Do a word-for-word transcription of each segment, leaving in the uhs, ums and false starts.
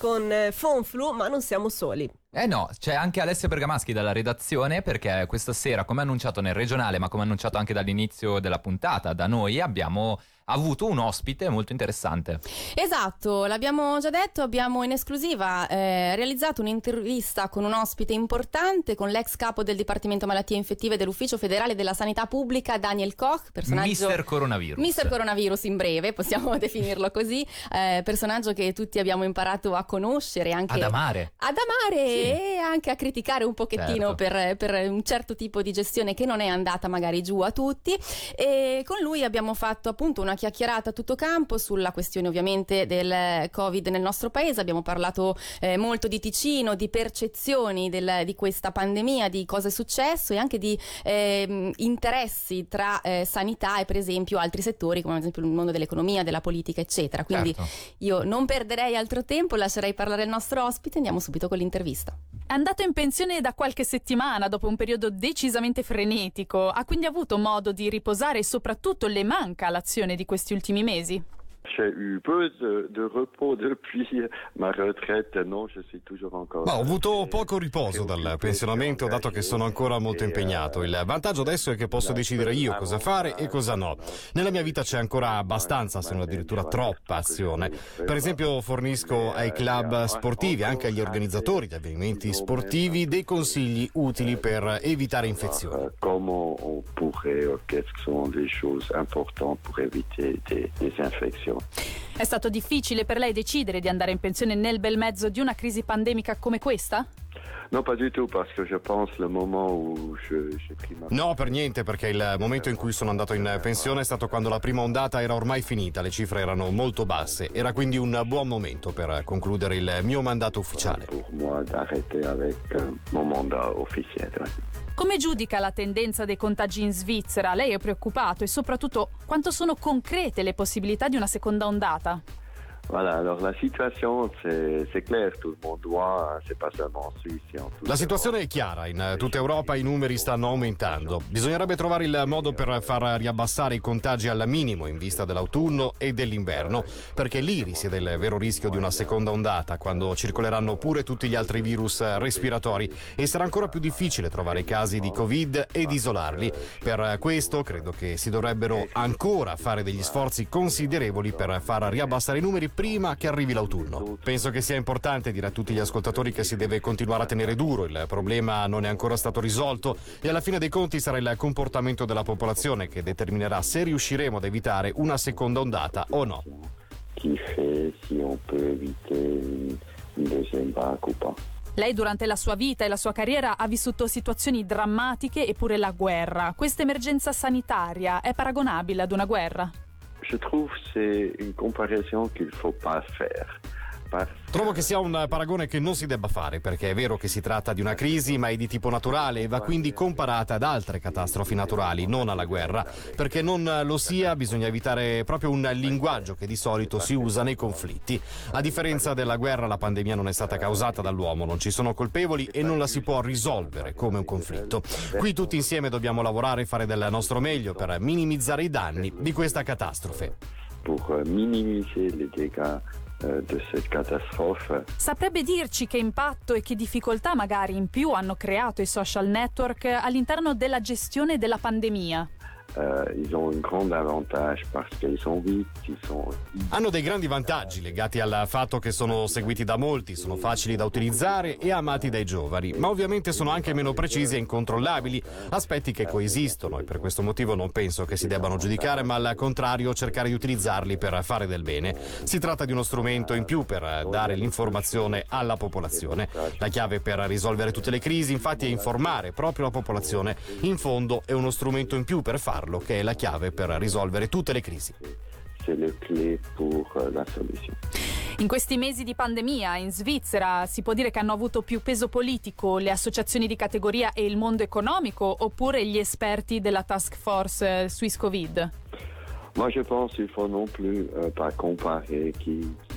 con eh, Fonflu, ma non siamo soli. Eh no, c'è anche Alessia Bergamaschi dalla redazione, perché questa sera, come annunciato nel regionale, ma come annunciato anche dall'inizio della puntata da noi, abbiamo avuto un ospite molto interessante. Esatto, l'abbiamo già detto, abbiamo in esclusiva eh, realizzato un'intervista con un ospite importante, con l'ex capo del Dipartimento Malattie Infettive dell'Ufficio Federale della Sanità Pubblica, Daniel Koch, personaggio... Mister Coronavirus. Mister Coronavirus in breve, possiamo definirlo così, eh, personaggio che tutti abbiamo imparato a conoscere, anche ad amare. Ad amare sì. E anche a criticare un pochettino, certo. per, per un certo tipo di gestione che non è andata magari giù a tutti, e con lui abbiamo fatto appunto una chiacchierata a tutto campo sulla questione ovviamente del Covid nel nostro paese. Abbiamo parlato eh, molto di Ticino, di percezioni del, di questa pandemia, di cosa è successo e anche di eh, interessi tra eh, sanità e per esempio altri settori come ad esempio il mondo dell'economia, della politica eccetera. Quindi certo. Io non perderei altro tempo, lascerei parlare il nostro ospite, andiamo subito con l'intervista. È andato in pensione da qualche settimana dopo un periodo decisamente frenetico, ha quindi avuto modo di riposare e soprattutto le manca l'azione di questi ultimi mesi? J'ai eu peu de, de repos depuis ma retraite, non, je suis toujours encore... Ma ho avuto poco riposo dal pensionamento, dato che sono ancora molto impegnato. Il vantaggio adesso è che posso decidere io cosa fare e cosa no. Nella mia vita c'è ancora abbastanza, se non addirittura troppa azione. Per esempio fornisco ai club sportivi, anche agli organizzatori di avvenimenti sportivi, dei consigli utili per evitare infezioni. Come on pourrait, quelles sont les choses importantes pour éviter des, des infections. È stato difficile per lei decidere di andare in pensione nel bel mezzo di una crisi pandemica come questa? No, pas du tout, parce que je pense le moment où je, j'ai pris ma... No, per niente, perché il momento in cui sono andato in pensione è stato quando la prima ondata era ormai finita, le cifre erano molto basse, era quindi un buon momento per concludere il mio mandato ufficiale. Pour moi d'arrêter avec euh, mon mandat officiel. Come giudica la tendenza dei contagi in Svizzera? Lei è preoccupato e soprattutto quanto sono concrete le possibilità di una seconda ondata? Voilà, alors la situation c'est, c'est clair, tout le monde voit, c'est pas seulement en Suisse, c'est en toute La situazione è chiara, in tutta Europa i numeri stanno aumentando. Bisognerebbe trovare il modo per far riabbassare i contagi al minimo in vista dell'autunno e dell'inverno, perché lì risiede il vero rischio di una seconda ondata, quando circoleranno pure tutti gli altri virus respiratori e sarà ancora più difficile trovare casi di Covid ed isolarli. Per questo credo che si dovrebbero ancora fare degli sforzi considerevoli per far riabbassare i numeri prima che arrivi l'autunno. Penso che sia importante dire a tutti gli ascoltatori che si deve continuare a tenere duro, il problema non è ancora stato risolto e alla fine dei conti sarà il comportamento della popolazione che determinerà se riusciremo ad evitare una seconda ondata o no. Qui fait si on peut éviter une deuxième vague ou pas. Lei durante la sua vita e la sua carriera ha vissuto situazioni drammatiche e pure la guerra. Questa emergenza sanitaria è paragonabile ad una guerra? Je trouve c'est une comparaison qu'il faut pas faire. Trovo che sia un paragone che non si debba fare, perché è vero che si tratta di una crisi, ma è di tipo naturale e va quindi comparata ad altre catastrofi naturali, non alla guerra. Perché non lo sia, bisogna evitare proprio un linguaggio che di solito si usa nei conflitti. A differenza della guerra, la pandemia non è stata causata dall'uomo, non ci sono colpevoli e non la si può risolvere come un conflitto. Qui tutti insieme dobbiamo lavorare e fare del nostro meglio per minimizzare i danni di questa catastrofe. Per minimizzare i dégâts di questa catastrofe. Saprebbe dirci che impatto e che difficoltà magari in più hanno creato i social network all'interno della gestione della pandemia? Uh, ils ont un grand avantage parce qu'ils sont vite, ils sont... Hanno dei grandi vantaggi legati al fatto che sono seguiti da molti, sono facili da utilizzare e amati dai giovani, ma ovviamente sono anche meno precisi e incontrollabili, aspetti che coesistono e per questo motivo non penso che si debbano giudicare, ma al contrario cercare di utilizzarli per fare del bene. Si tratta di uno strumento in più per dare l'informazione alla popolazione. La chiave per risolvere tutte le crisi infatti è informare proprio la popolazione. In fondo è uno strumento in più per farlo, che è la chiave per risolvere tutte le crisi. C'est le clé pour la solution. In questi mesi di pandemia in Svizzera si può dire che hanno avuto più peso politico le associazioni di categoria e il mondo economico oppure gli esperti della task force Swiss Covid? Moi je pense qu'il faut non plus euh, pas comparer qui, qui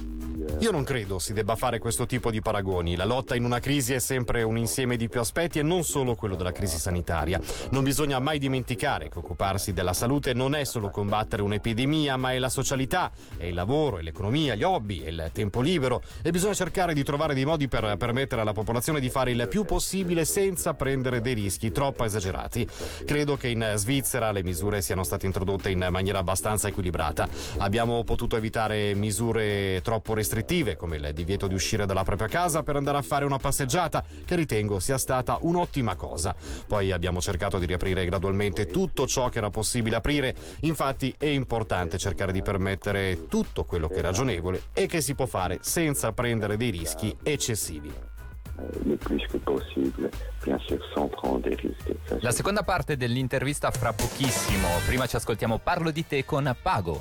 Io non credo si debba fare questo tipo di paragoni. La lotta in una crisi è sempre un insieme di più aspetti e non solo quello della crisi sanitaria. Non bisogna mai dimenticare che occuparsi della salute non è solo combattere un'epidemia, ma è la socialità, è il lavoro, è l'economia, gli hobby, è il tempo libero, e bisogna cercare di trovare dei modi per permettere alla popolazione di fare il più possibile senza prendere dei rischi troppo esagerati. Credo che in Svizzera le misure siano state introdotte in maniera abbastanza equilibrata. Abbiamo potuto evitare misure troppo restrittive come il divieto di uscire dalla propria casa per andare a fare una passeggiata, che ritengo sia stata un'ottima cosa. Poi abbiamo cercato di riaprire gradualmente tutto ciò che era possibile aprire. Infatti è importante cercare di permettere tutto quello che è ragionevole e che si può fare senza prendere dei rischi eccessivi. Le plus que possible, bien sûr sans prendre des risques. La seconda parte dell'intervista fra pochissimo. Prima ci ascoltiamo Parlo di te con Pago.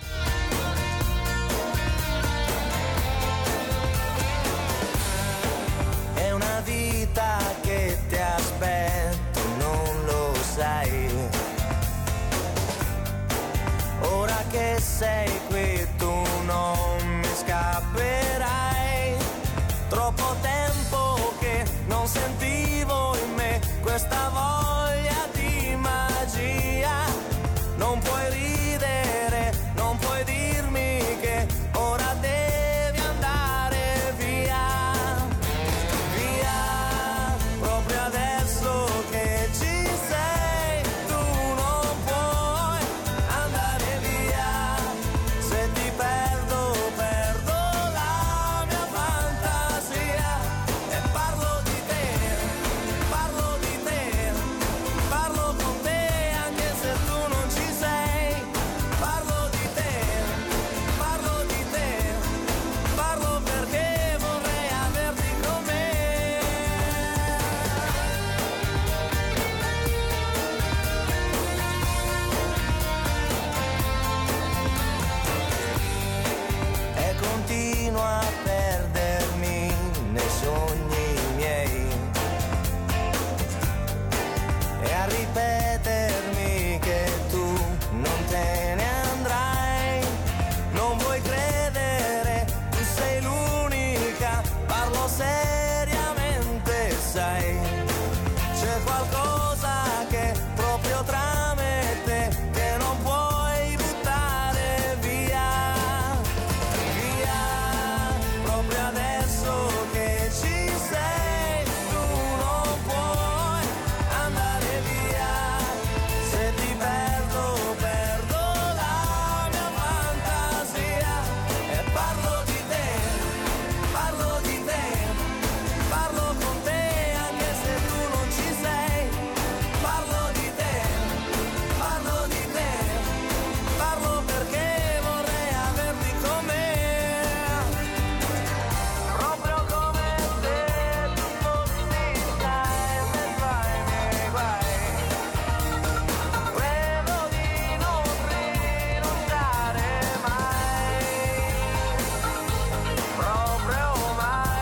È una vita che ti aspetto, non lo sai. Ora che sei qui tu non mi scapperai. Troppo tempo che non sentivo in me questa voglia di magia. Non puoi ridere, non puoi dirmi che ora devi andare via. Via, proprio adesso che ci sei, tu non puoi andare via. Se ti perdo, perdo la mia fantasia. E parlo di te, parlo di te, parlo con te anche se tu non ci sei. Parlo di te, parlo di te, parlo perché vorrei averti con me. E continuo a perdermi nei sogni miei e a ripetermi che tu non te ne andrai. Non vuoi credere, tu sei l'unica, parlo seriamente, sai. C'è qualcosa che proprio tra me e te che non puoi buttare via. Via, proprio adesso che ci sei, tu non puoi andare via. Se ti perdo, perdo la mia fantasia. E parlo di te, parlo di te, parlo con te anche se tu non ci sei. Parlo di te, parlo di te, parlo perché vorrei averti con me. Proprio come se tu fossi stai in mezzo ai miei guai. Credo di non rinunciare mai, proprio mai.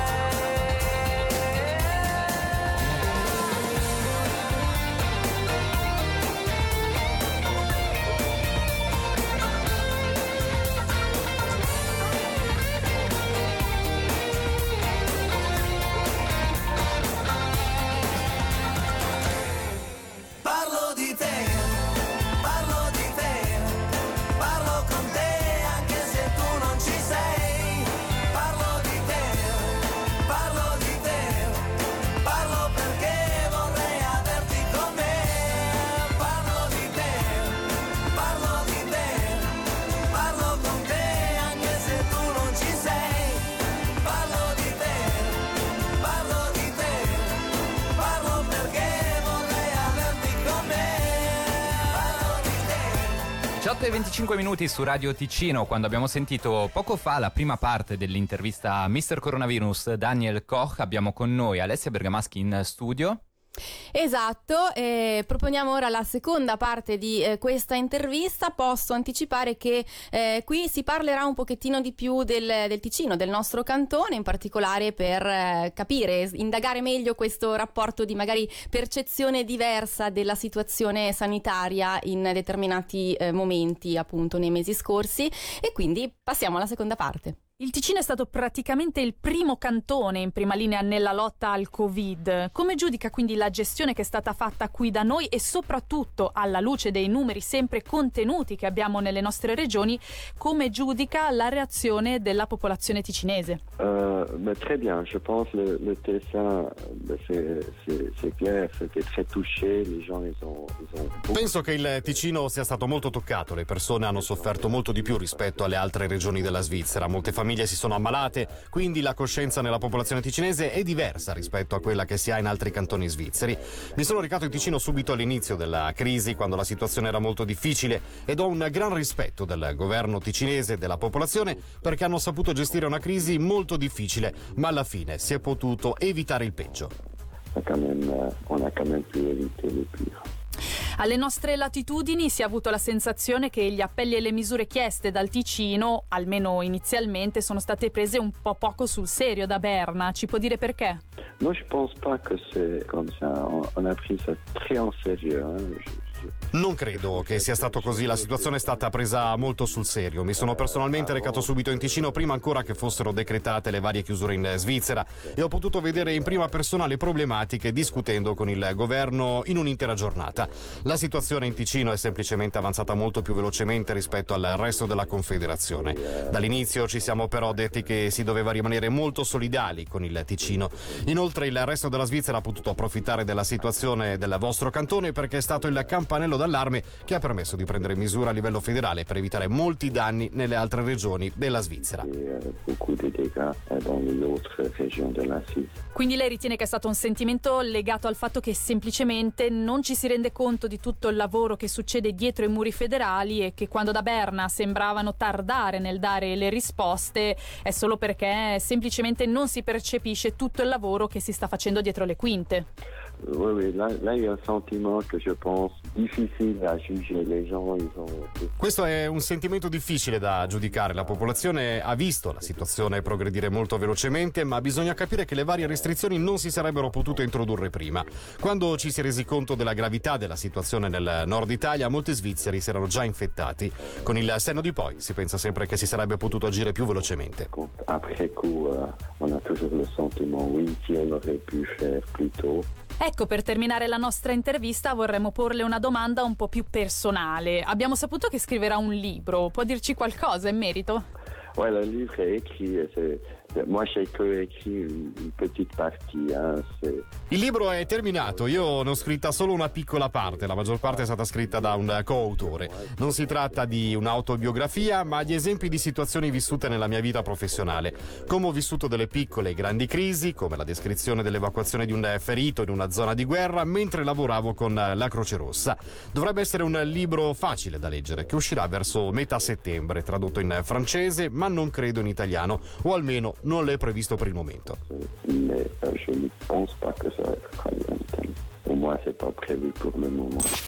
Parlo di te, parlo di te, parlo con te anche se tu non ci sei. Parlo di te, parlo di te, parlo perché vorrei averti con me. Parlo di te, parlo di te, parlo con te anche se tu non ci sei. Parlo di te, parlo di te, parlo perché vorrei averti con me. Parlo di te. diciotto e venticinque minuti su Radio Ticino, quando abbiamo sentito poco fa la prima parte dell'intervista a mister Coronavirus Daniel Koch. Abbiamo con noi Alessia Bergamaschi in studio. Esatto, e proponiamo ora la seconda parte di eh, questa intervista. Posso anticipare che eh, qui si parlerà un pochettino di più del, del Ticino, del nostro cantone, in particolare per eh, capire, indagare meglio questo rapporto di magari percezione diversa della situazione sanitaria in determinati eh, momenti, appunto nei mesi scorsi, e quindi passiamo alla seconda parte. Il Ticino è stato praticamente il primo cantone in prima linea nella lotta al Covid. Come giudica quindi la gestione che è stata fatta qui da noi e soprattutto alla luce dei numeri sempre contenuti che abbiamo nelle nostre regioni, come giudica la reazione della popolazione ticinese? Euh, mais très bien, je pense le, le T S A, c'est, c'est, c'est clair, c'était très touché, les gens ils ont, ils ont... Penso che il Ticino sia stato molto toccato, le persone hanno sofferto molto di più rispetto alle altre regioni della Svizzera, molte famiglie si sono ammalate, quindi la coscienza nella popolazione ticinese è diversa rispetto a quella che si ha in altri cantoni svizzeri. Mi sono recato in Ticino subito all'inizio della crisi, quando la situazione era molto difficile, ed ho un gran rispetto del governo ticinese e della popolazione perché hanno saputo gestire una crisi molto difficile, ma alla fine si è potuto evitare il peggio. On a quand même, on a quand même pu éviter le pire. Alle nostre latitudini si è avuto la sensazione che gli appelli e le misure chieste dal Ticino, almeno inizialmente, sono state prese un po' poco sul serio da Berna. Ci può dire perché? Moi je pense pas que c'est comme ça, on, on a pris ça très en sérieux. Hein. Je, Non credo che sia stato così, la situazione è stata presa molto sul serio. Mi sono personalmente recato subito in Ticino prima ancora che fossero decretate le varie chiusure in Svizzera e ho potuto vedere in prima persona le problematiche discutendo con il governo in un'intera giornata. La situazione in Ticino è semplicemente avanzata molto più velocemente rispetto al resto della Confederazione. Dall'inizio ci siamo però detti che si doveva rimanere molto solidali con il Ticino. Inoltre il resto della Svizzera ha potuto approfittare della situazione del vostro cantone perché è stato il campanello d'allarme che ha permesso di prendere misure a livello federale per evitare molti danni nelle altre regioni della Svizzera. Quindi lei ritiene che è stato un sentimento legato al fatto che semplicemente non ci si rende conto di tutto il lavoro che succede dietro i muri federali e che quando da Berna sembravano tardare nel dare le risposte è solo perché semplicemente non si percepisce tutto il lavoro che si sta facendo dietro le quinte? Oui, oui, là, là il y a un sentiment que je pense difficile à juger. Les gens, ils ont... Questo è un sentimento difficile da giudicare. La popolazione ha visto la situazione progredire molto velocemente, ma bisogna capire che le varie restrizioni non si sarebbero potute introdurre prima. Quando ci si è resi conto della gravità della situazione nel nord Italia, molti svizzeri si erano già infettati. Con il senno di poi si pensa sempre che si sarebbe potuto agire più velocemente. Après coup, euh, on a toujours le sentiment, oui, si on aurait pu faire plus tôt. Ecco, per terminare la nostra intervista vorremmo porle una domanda un po' più personale. Abbiamo saputo che scriverà un libro, può dirci qualcosa in merito? Ouais, le livre est écrit, c'est... Moi j'ai que écrit une petite partie. Hein, c'est... Il libro è terminato, io ne ho scritta solo una piccola parte, la maggior parte è stata scritta da un coautore. Non si tratta di un'autobiografia, ma di esempi di situazioni vissute nella mia vita professionale. Come ho vissuto delle piccole e grandi crisi, come la descrizione dell'evacuazione di un ferito in una zona di guerra mentre lavoravo con la Croce Rossa. Dovrebbe essere un libro facile da leggere, che uscirà verso metà settembre, tradotto in francese, ma non credo in italiano, o almeno non l'è previsto per il momento. Mais euh, je ne pense pas que ça va être traduit en italien. Au moins, c'est pas prévu pour le moment.